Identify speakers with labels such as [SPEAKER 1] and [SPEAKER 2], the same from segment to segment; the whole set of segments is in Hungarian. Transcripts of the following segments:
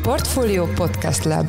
[SPEAKER 1] Portfolio Podcast Lab.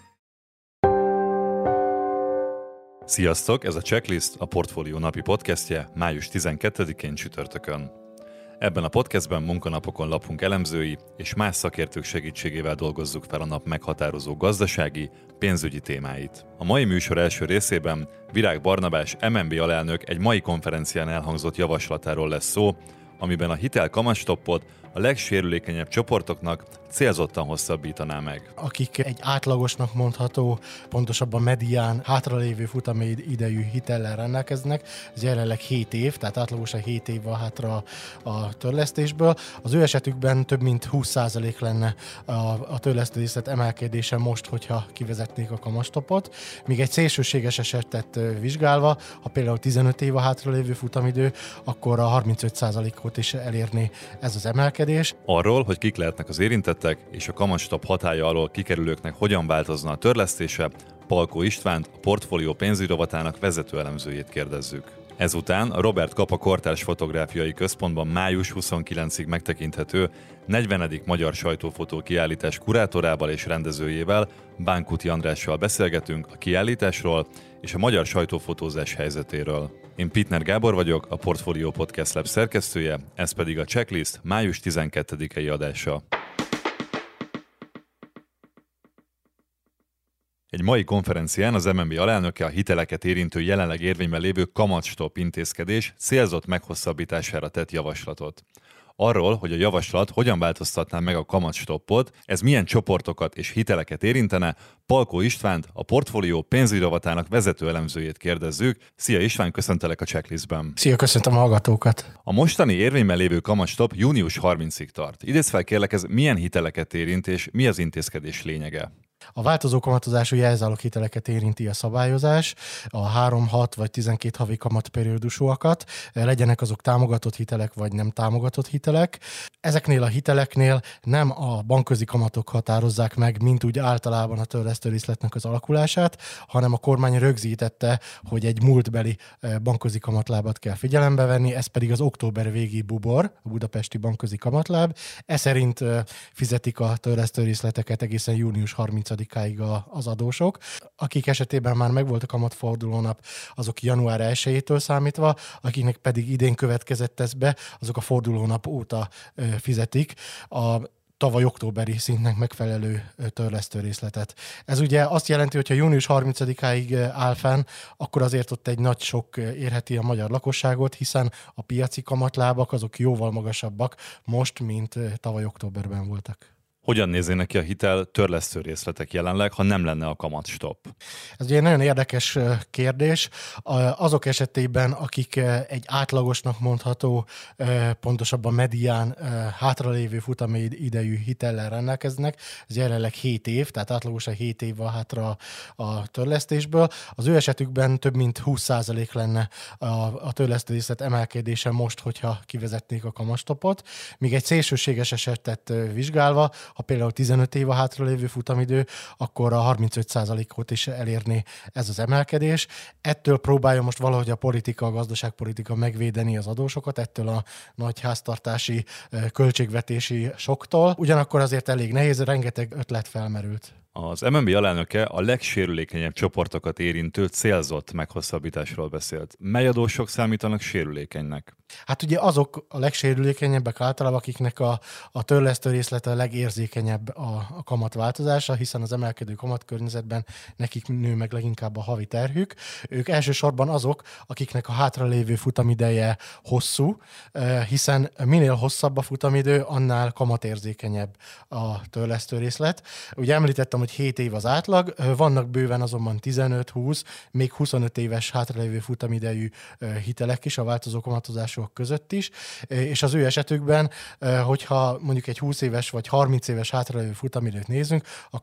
[SPEAKER 2] Sziasztok, ez a Checklist, a Portfolio napi podcastje május 12-én csütörtökön. Ebben a podcastben munkanapokon lapunk elemzői és más szakértők segítségével dolgozzuk fel a nap meghatározó gazdasági, pénzügyi témáit. A mai műsor első részében Virág Barnabás MNB alelnök egy mai konferencián elhangzott javaslatáról lesz szó, amiben a hitel kamatstoppot a legsérülékenyebb csoportoknak célzottan hosszabbítaná meg.
[SPEAKER 3] Akik egy átlagosnak mondható, pontosabban medián hátralévő futami idejű hitellel rendelkeznek, ez jelenleg 7 év, tehát átlagosan 7 év van hátra a törlesztésből. Az ő esetükben több mint 20% lenne a törlesztő részlet emelkedése most, hogyha kivezetnék a kamatstoppot. Míg egy szélsőséges esetet vizsgálva, ha például 15 év a hátralévő futamidő, akkor a 35%-ot is elérné ez az emelkedés.
[SPEAKER 2] Arról, hogy kik lehetnek az érintettek, és a kamatstopp hatálya alól kikerülőknek hogyan változna a törlesztése, Palkó Istvánt, a Portfolio pénzügyi rovatának vezető elemzőjét kérdezzük. Ezután a Robert Capa Kortárs Fotográfiai Központban május 29-ig megtekinthető 40. Magyar Sajtófotó kiállítás kurátorával és rendezőjével, Bánkuti Andrással beszélgetünk a kiállításról és a magyar sajtófotózás helyzetéről. Én Pitner Gábor vagyok, a Portfolio Podcast Lab szerkesztője, ez pedig a Checklist május 12-i adása. Egy mai konferencián az MNB alelnöke a hiteleket érintő jelenleg érvényben lévő kamatstopp intézkedés célzott meghosszabbítására tett javaslatot. Arról, hogy a javaslat hogyan változtatná meg a kamatstoppot, ez milyen csoportokat és hiteleket érintene, Palkó Istvánt, a Portfolio pénzügyi rovatának vezető elemzőjét kérdezzük. Szia István, köszöntelek a Checklistben.
[SPEAKER 3] Szia, köszöntöm a hallgatókat.
[SPEAKER 2] A mostani érvényben lévő kamatstopp június 30-ig tart. Idézz fel kérlek, ez milyen hiteleket érint és mi az intézkedés lényege?
[SPEAKER 3] A változó kamatozású jelzálog hiteleket érinti a szabályozás, a 3, 6 vagy 12 havi kamatperiódusúakat, legyenek azok támogatott hitelek vagy nem támogatott hitelek. Ezeknél a hiteleknél nem a bankközi kamatok határozzák meg, mint úgy általában a törlesztő részletnek az alakulását, hanem a kormány rögzítette, hogy egy múltbeli bankközi kamatlábat kell figyelembe venni, ez pedig az október végi BUBOR, a budapesti bankközi kamatláb. Ez szerint fizetik a törlesztő részleteket egészen június 30-áig az adósok. Akik esetében már megvolt a kamatfordulónap, azok január 1-től számítva, akiknek pedig idén következett ez be, azok a fordulónap óta fizetik a tavaly októberi szintnek megfelelő törlesztő részletet. Ez ugye azt jelenti, hogy ha június 30-áig áll fenn, akkor azért ott egy nagy sok érheti a magyar lakosságot, hiszen a piaci kamatlábak azok jóval magasabbak most, mint tavaly októberben voltak.
[SPEAKER 2] Hogyan néznének ki a hitel törlesztő részletek jelenleg, ha nem lenne a kamatstopp?
[SPEAKER 3] Ez ugye egy nagyon érdekes kérdés. Azok esetében, akik egy átlagosnak mondható, pontosabban medián hátralévő futami idejű hitellel rendelkeznek, ez jelenleg 7 év, tehát átlagosan 7 év van hátra a törlesztésből. Az ő esetükben több mint 20% lenne a törlesztő részlet emelkedése most, hogyha kivezetnék a kamatstoppot. Míg egy szélsőséges esetet vizsgálva, ha például 15 év a hátralévő futamidő, akkor a 35%-ot is elérné ez az emelkedés. Ettől próbálja most valahogy a gazdaságpolitika megvédeni az adósokat, ettől a nagy háztartási, költségvetési soktól. Ugyanakkor azért elég nehéz, rengeteg ötlet felmerült.
[SPEAKER 2] Az MNB alelnöke a legsérülékenyebb csoportokat érintő célzott meghosszabbításról beszélt. Mely adósok számítanak sérülékenynek?
[SPEAKER 3] Hát ugye azok a legsérülékenyebbek általában, akiknek a törlesztő részlete a legérzékenyebb a kamatváltozása, hiszen az emelkedő kamatkörnyezetben nekik nő meg leginkább a havi terhük. Ők elsősorban azok, akiknek a hátralévő futamideje hosszú, hiszen minél hosszabb a futamidő, annál kamatérzékenyebb a törlesztő részlet. Ugye említettem, hogy 7 év az átlag, vannak bőven azonban 15-20, még 25 éves hátralévő futamidejű hitelek is a változó kamatozások között is, és az ő esetükben, hogyha mondjuk egy 20 éves vagy 30 éves hátralévő futamidőt nézünk,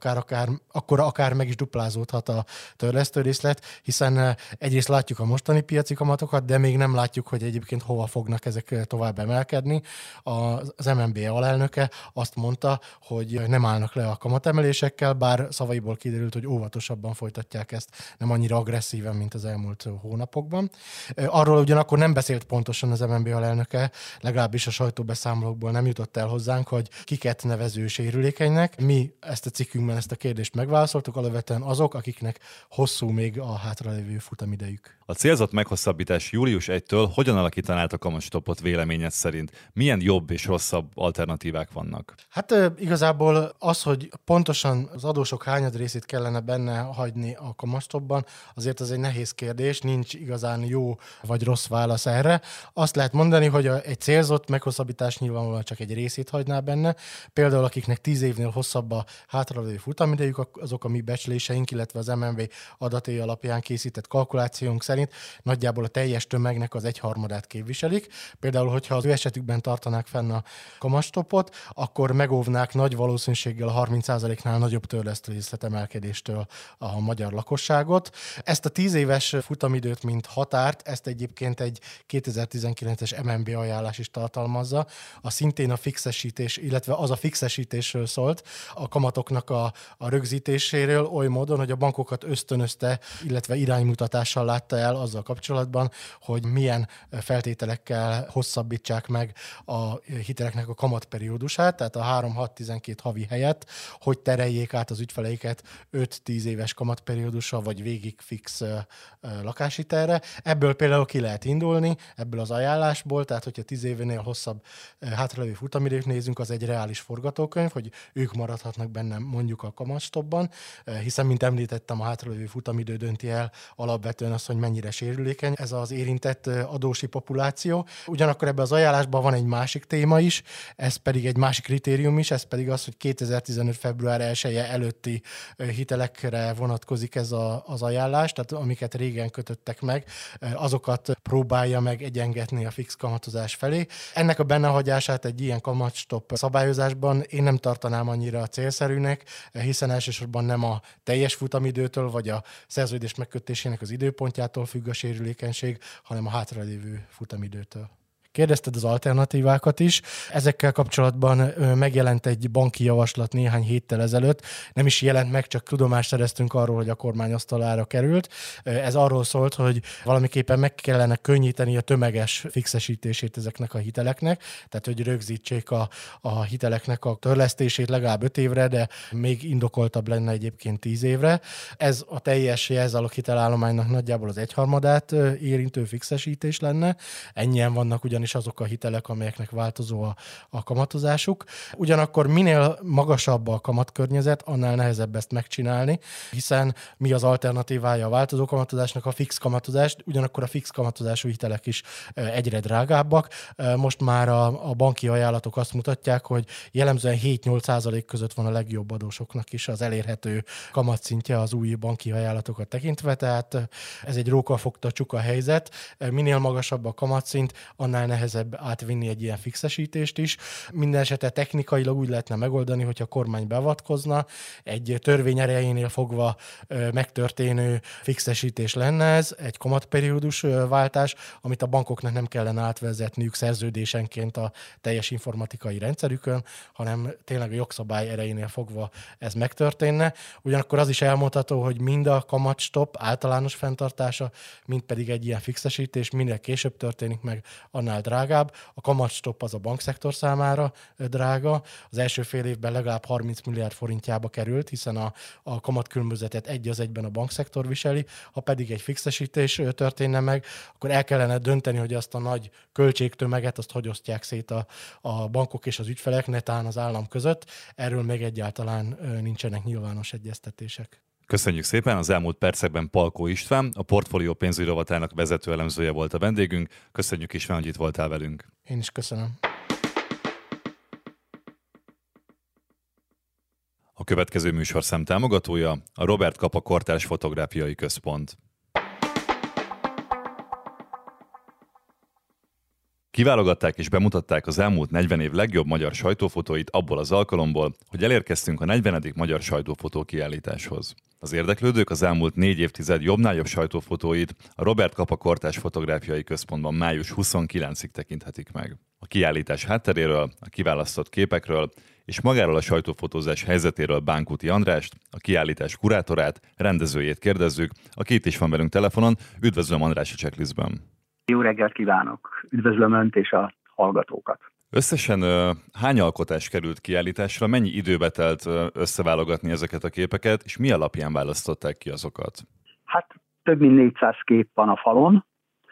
[SPEAKER 3] akkor akár meg is duplázódhat a törlesztő részlet, hiszen egyrészt látjuk a mostani piaci kamatokat, de még nem látjuk, hogy egyébként hova fognak ezek tovább emelkedni. Az MNB alelnöke azt mondta, hogy nem állnak le a kamatemelésekkel, bár szavaiból kiderült, hogy óvatosabban folytatják ezt, nem annyira agresszíven, mint az elmúlt hónapokban. Arról ugyanakkor nem beszélt pontosan az MNB alelnöke, legalábbis a sajtóbeszámolókból nem jutott el hozzánk, hogy kiket nevező sérülékenynek. Mi ezt a cikkünkben ezt a kérdést megválaszoltuk, alapvetően azok, akiknek hosszú még a hátralévő futamidejük.
[SPEAKER 2] A célzott meghosszabbítás július 1-től hogyan alakítaná a kamatstopot véleményed szerint? Milyen jobb és rosszabb alternatívák vannak?
[SPEAKER 3] Hát igazából az, hogy pontosan az adósok hányad részét kellene benne hagyni a kamatstopban, azért az egy nehéz kérdés, nincs igazán jó vagy rossz válasz erre. Azt lehet mondani, hogy egy célzott meghosszabbítás nyilvánvalóan csak egy részét hagyná benne. Például akiknek 10 évnél hosszabb a hátralévő futamidejük, azok a mi becsléseink, illetve az MNB adatai alapján készített kalkulációnk szerint nagyjából a teljes tömegnek az 1/3 képviselik. Például, hogyha az ő esetükben tartanák fenn a kamatstopot, akkor megóvnák nagy valószínűséggel a 30%-nál nagyobb törlesztőrészlet emelkedéstől a magyar lakosságot. Ezt a 10 éves futamidőt, mint határt, ezt egyébként egy 2019-es MNB ajánlás is tartalmazza. A szintén a fixesítés, illetve az a fixesítésről szólt, a kamatoknak a rögzítéséről oly módon, hogy a bankokat ösztönözte, illetve iránymutatással látta el azzal kapcsolatban, hogy milyen feltételekkel hosszabbítsák meg a hiteleknek a kamatperiódusát, tehát a 3-6-12 havi helyett, hogy tereljék át az ügyfeleiket 5-10 éves kamatperiódusra, vagy végig fix lakáshitelre. Ebből például ki lehet indulni, ebből az ajánlásból, tehát hogyha 10 événél hosszabb hátralévő futamidőt nézünk, az egy reális forgatókönyv, hogy ők maradhatnak benne mondjuk a kamatstopban, hiszen, mint említettem, a hátralévő futamidő dönti el alapvetően azt, hogy mennyire sérülékeny ez az érintett adósi populáció. Ugyanakkor ebben az ajánlásban van egy másik téma is, ez pedig egy másik kritérium is, ez pedig az, hogy 2015. február 1-e előtti hitelekre vonatkozik ez az ajánlás, tehát amiket régen kötöttek meg, azokat próbálja meg egyengetni a fix kamatozás felé. Ennek a bennehagyását egy ilyen kamatstop szabályozásban én nem tartanám annyira célszerűnek, hiszen elsősorban nem a teljes futamidőtől vagy a szerződés megkötésének az időpontjától függ a sérülékenység, hanem a hátralévő futamidőtől. Kérdezted az alternatívákat is. Ezekkel kapcsolatban megjelent egy banki javaslat néhány héttel ezelőtt. Nem is jelent meg, csak tudomást szereztünk arról, hogy a kormány asztalára került. Ez arról szólt, hogy valamiképpen meg kellene könnyíteni a tömeges fixesítését ezeknek a hiteleknek, tehát hogy rögzítsék a hiteleknek a törlesztését legalább 5 évre, de még indokoltabb lenne egyébként 10 évre. Ez a teljes jelzálog hitelállománynak nagyjából az 1/3 érintő fixesítés lenne. Ennyien vannak ugyanis azok a hitelek, amelyeknek változó a kamatozásuk. Ugyanakkor minél magasabb a kamatkörnyezet, annál nehezebb ezt megcsinálni, hiszen mi az alternatívája a változó kamatozásnak? A fix kamatozás, ugyanakkor a fix kamatozású hitelek is egyre drágábbak. Most már a banki ajánlatok azt mutatják, hogy jellemzően 7-8% között van a legjobb adósoknak is az elérhető kamatszintje az új banki ajánlatokat tekintve, tehát ez egy rókafogta csuka helyzet. Minél magasabb a kamatszint, annál nehezebb átvinni egy ilyen fixesítést is. Minden esetre technikailag úgy lehetne megoldani, hogyha a kormány beavatkozna, egy törvény erejénél fogva megtörténő fixesítés lenne ez, egy kamatperiódus váltás, amit a bankoknak nem kellene átvezetniük szerződésenként a teljes informatikai rendszerükön, hanem tényleg a jogszabály erejénél fogva ez megtörténne. Ugyanakkor az is elmondható, hogy mind a kamatstop általános fenntartása, mind pedig egy ilyen fixesítés minél később történik meg, annál drágább. A kamatstop az a bankszektor számára drága. Az első fél évben legalább 30 milliárd forintjába került, hiszen a kamatkülönbözetet egy az egyben a bankszektor viseli. Ha pedig egy fixesítés történne meg, akkor el kellene dönteni, hogy azt a nagy költségtömeget, azt hogy osztják szét a bankok és az ügyfelek, netán az állam között. Erről még egyáltalán nincsenek nyilvános egyeztetések.
[SPEAKER 2] Köszönjük szépen! Az elmúlt percekben Palkó István, a Portfólió pénzügyi rovatának vezető elemzője volt a vendégünk. Köszönjük István, hogy itt voltál velünk.
[SPEAKER 3] Én is köszönöm.
[SPEAKER 2] A következő műsorszám támogatója a Robert Capa Kortárs Fotográfiai Központ. Kiválogatták és bemutatták az elmúlt 40 év legjobb magyar sajtófotóit abból az alkalomból, hogy elérkeztünk a 40. Magyar Sajtófotó kiállításhoz. Az érdeklődők az elmúlt 4 évtized jobbnál jobb sajtófotóit a Robert Capa Kortárs Fotográfiai Központban május 29-ig tekinthetik meg. A kiállítás hátteréről, a kiválasztott képekről és magáról a sajtófotózás helyzetéről Bánkuti Andrást, a kiállítás kurátorát, rendezőjét kérdezzük, aki itt is van velünk telefonon. Üdvözlöm András a Checklistben.
[SPEAKER 4] Jó reggelt kívánok! Üdvözlöm Önt és a hallgatókat!
[SPEAKER 2] Összesen hány alkotás került kiállításra, mennyi időbe telt összeválogatni ezeket a képeket, és mi alapján választották ki azokat?
[SPEAKER 4] Hát több mint 400 kép van a falon,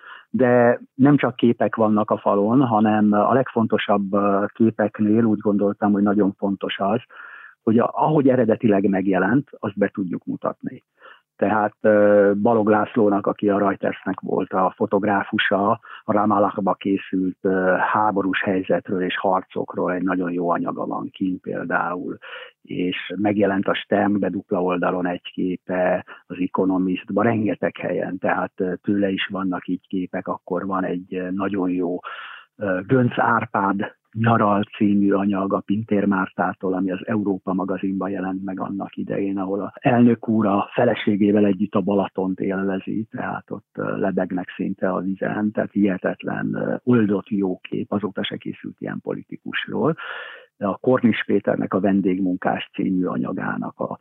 [SPEAKER 4] de nem csak képek vannak a falon, hanem a legfontosabb képeknél úgy gondoltam, hogy nagyon fontos az, hogy ahogy eredetileg megjelent, azt be tudjuk mutatni. Tehát Balogh Lászlónak, aki a Reutersnek volt a fotográfusa, a Ramallahba készült háborús helyzetről és harcokról egy nagyon jó anyaga van kint például, és megjelent a Sternbe dupla oldalon egy képe, az Economistban, rengeteg helyen, tehát tőle is vannak így képek, akkor van egy nagyon jó Gönc Árpád Nyaral című anyag a Pintér Mártától, ami az Európa magazinban jelent meg annak idején, ahol az elnök úr a feleségével együtt a Balatont élvezi, tehát ott lebegnek szinte a vizen, tehát hihetetlen oldott jó kép, azóta se készült ilyen politikusról. De a Kornis Péternek a Vendégmunkás című anyagának a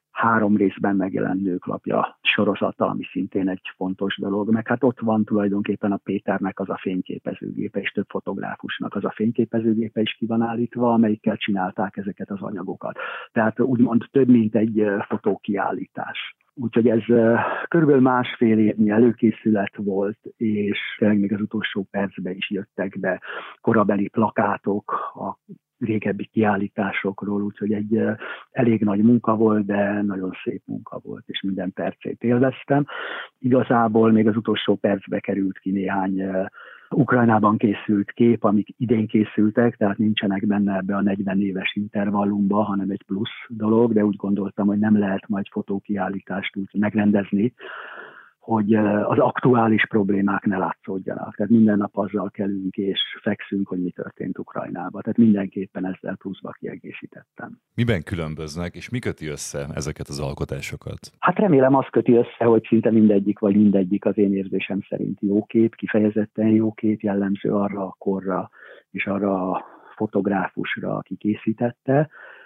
[SPEAKER 4] 3 részben megjelent Nőklapja sorozata, ami szintén egy fontos dolog, meg hát ott van tulajdonképpen a Péternek az a fényképezőgépe, és több fotográfusnak az a fényképezőgépe is ki van állítva, amelyikkel csinálták ezeket az anyagokat. Tehát úgymond több, mint egy fotókiállítás. Úgyhogy ez körülbelül másfél évnyi előkészület volt, és tényleg még az utolsó percben is jöttek be korabeli plakátok a régebbi kiállításokról, úgyhogy egy elég nagy munka volt, de nagyon szép munka volt, és minden percét élveztem. Igazából még az utolsó percbe került ki néhány Ukrajnában készült kép, amik idén készültek, tehát nincsenek benne ebbe a 40 éves intervallumba, hanem egy plusz dolog, de úgy gondoltam, hogy nem lehet majd fotókiállítást úgy megrendezni, hogy az aktuális problémák ne látszódjanak. Tehát minden nap azzal kelünk és fekszünk, hogy mi történt Ukrajnában. Tehát mindenképpen ezzel pluszba kiegészítettem.
[SPEAKER 2] Miben különböznek, és mi köti össze ezeket az alkotásokat?
[SPEAKER 4] Hát remélem azt köti össze, hogy szinte mindegyik az én érzésem szerint jó kép, kifejezetten jó kép, jellemző arra a korra és arra a fotográfusra, aki készítette.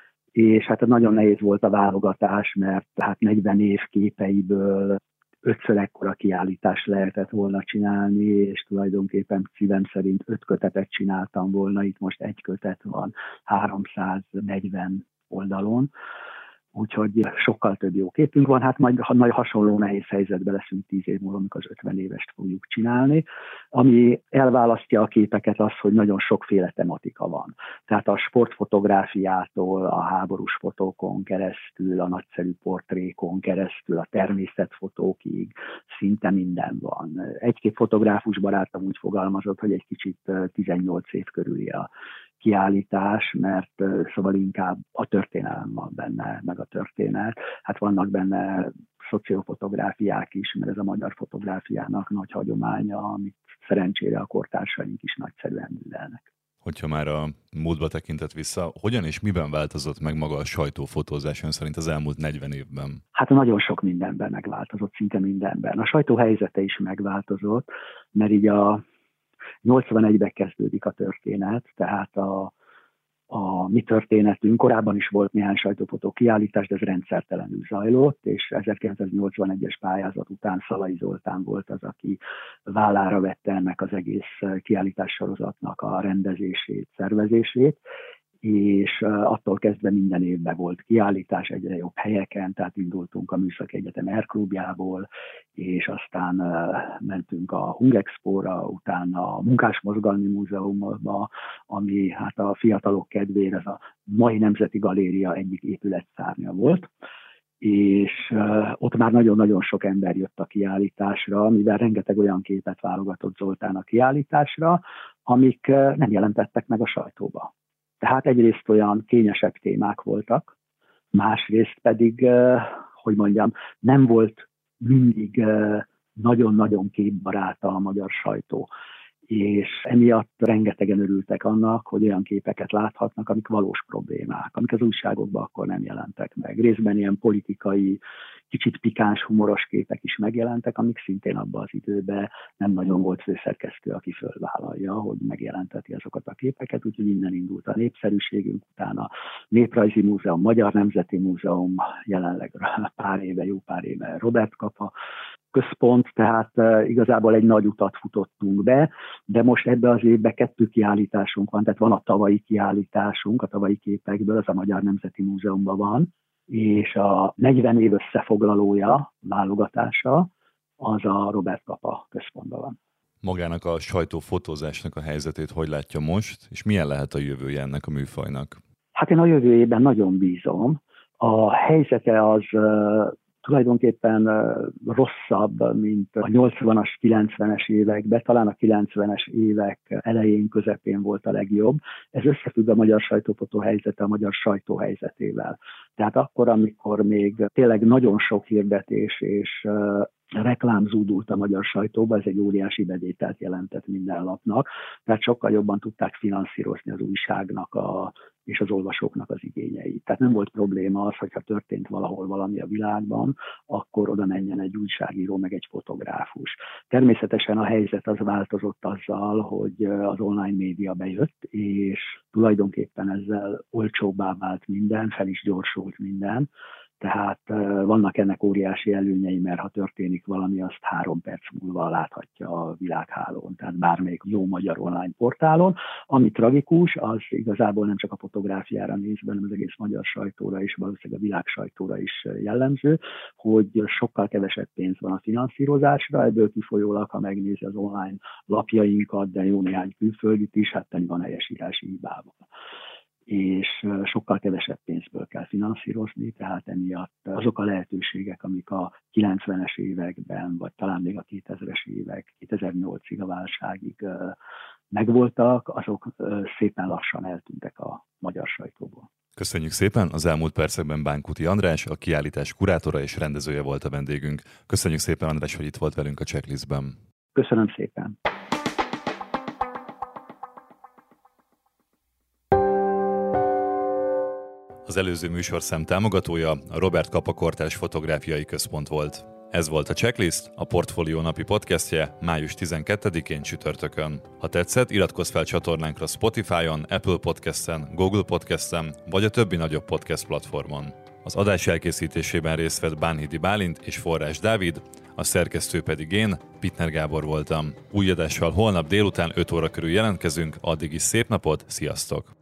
[SPEAKER 4] És hát nagyon nehéz volt a válogatás, mert hát 40 év képeiből 5-ször ekkora kiállítást lehetett volna csinálni, és tulajdonképpen szívem szerint 5 kötetet csináltam volna, itt most egy kötet van 340 oldalon, úgyhogy sokkal több jó képünk van, hát majd nagy hasonló nehéz helyzetben leszünk 10 év múlva, amikor az 50 évest fogjuk csinálni. Ami elválasztja a képeket az, hogy nagyon sokféle tematika van. Tehát a sportfotográfiától, a háborús fotókon keresztül, a nagyszerű portrékon keresztül, a természetfotókig szinte minden van. Egy-két fotográfus barátom úgy fogalmazott, hogy egy kicsit 18 év körüli a kiállítás, mert szóval inkább a történelem van benne, meg a történet. Hát vannak benne szociofotográfiák is, mert ez a magyar fotográfiának nagy hagyománya, amit szerencsére a kortársaink is nagyszerűen művelnek.
[SPEAKER 2] Hogyha már a múltba tekintett vissza, hogyan és miben változott meg maga a sajtófotózás ön szerint az elmúlt 40 évben?
[SPEAKER 4] Hát nagyon sok mindenben megváltozott, szinte mindenben. A sajtó helyzete is megváltozott, mert így a 81-ben kezdődik a történet, tehát a mi történetünk, korábban is volt néhány sajtófotó kiállítás, de ez rendszertelenül zajlott, és 1981-es pályázat után Szalai Zoltán volt az, aki vállára vette ennek az egész kiállítás sorozatnak a rendezését, szervezését, és attól kezdve minden évben volt kiállítás egyre jobb helyeken, tehát indultunk a Műszaki Egyetem R-klubjából, és aztán mentünk a Hungexpo-ra, utána a Munkásmozgalmi Múzeumba, ami hát a fiatalok kedvére ez a mai Nemzeti Galéria egyik épületszárnya volt, és ott már nagyon-nagyon sok ember jött a kiállításra, mivel rengeteg olyan képet válogatott Zoltán a kiállításra, amik nem jelentettek meg a sajtóba. Tehát egyrészt olyan kényesebb témák voltak, másrészt pedig, hogy mondjam, nem volt mindig nagyon-nagyon képbaráta a magyar sajtó. És emiatt rengetegen örültek annak, hogy olyan képeket láthatnak, amik valós problémák, amik az újságokban akkor nem jelentek meg. Részben ilyen politikai, kicsit pikáns, humoros képek is megjelentek, amik szintén abban az időben nem nagyon volt főszerkesztő, aki fölvállalja, hogy megjelenteti azokat a képeket, úgyhogy innen indult a népszerűségünk, utána a Néprajzi Múzeum, Magyar Nemzeti Múzeum, jelenleg jó pár éve Robert Kapa központ, tehát igazából egy nagy utat futottunk be, de most ebbe az évben 2 kiállításunk van, tehát van a tavalyi kiállításunk, a tavalyi képekből, az a Magyar Nemzeti Múzeumban van, és a 40 év összefoglalója, válogatása, az a Robert Capa központban van.
[SPEAKER 2] Magának a sajtófotózásnak a helyzetét hogy látja most, és milyen lehet a jövője ennek a műfajnak?
[SPEAKER 4] Hát én a jövőjében nagyon bízom. A helyzete az tulajdonképpen rosszabb, mint a 80-as, 90-es években, talán a 90-es évek elején, közepén volt a legjobb. Ez összefügg a magyar sajtófotó helyzete a magyar sajtó helyzetével. Tehát akkor, amikor még tényleg nagyon sok hirdetés és reklám zúdult a magyar sajtóba, ez egy óriási bevételt jelentett minden lapnak, tehát sokkal jobban tudták finanszírozni az újságnak és az olvasóknak az igényeit. Tehát nem volt probléma az, hogyha történt valahol valami a világban, akkor oda menjen egy újságíró, meg egy fotográfus. Természetesen a helyzet az változott azzal, hogy az online média bejött, és tulajdonképpen ezzel olcsóbbá vált minden, fel is gyorsult minden. Tehát vannak ennek óriási előnyei, mert ha történik valami, azt 3 perc múlva láthatja a világhálón, tehát bármelyik jó magyar online portálon. Ami tragikus, az igazából nem csak a fotográfiára néz, hanem az egész magyar sajtóra és valószínűleg a világ sajtóra is jellemző, hogy sokkal kevesebb pénz van a finanszírozásra, ebből kifolyólag, ha megnézi az online lapjainkat, de jó néhány külföldit is, hát teli van helyesírási hibával. És sokkal kevesebb pénzből kell finanszírozni, tehát emiatt azok a lehetőségek, amik a 90-es években, vagy talán még a 2000-es évek, 2008-ig a válságig megvoltak, azok szépen lassan eltűntek a magyar sajtóból.
[SPEAKER 2] Köszönjük szépen! Az elmúlt percekben Bánkuti András, a kiállítás kurátora és rendezője volt a vendégünk. Köszönjük szépen, András, hogy itt volt velünk a Checklistben.
[SPEAKER 4] Köszönöm szépen!
[SPEAKER 2] Az előző műsorszám támogatója a Robert Capa Kortárs Fotográfiai Központ volt. Ez volt a Checklist, a Portfolio napi podcastje május 12-én csütörtökön. Ha tetszett, iratkozz fel csatornánkra Spotify-on, Apple Podcast-en, Google Podcast-en, vagy a többi nagyobb podcast platformon. Az adás elkészítésében részt vett Bánhidi Bálint és Forrás Dávid, a szerkesztő pedig én, Pittner Gábor voltam. Új adással holnap délután 5 óra körül jelentkezünk, addig is szép napot, sziasztok!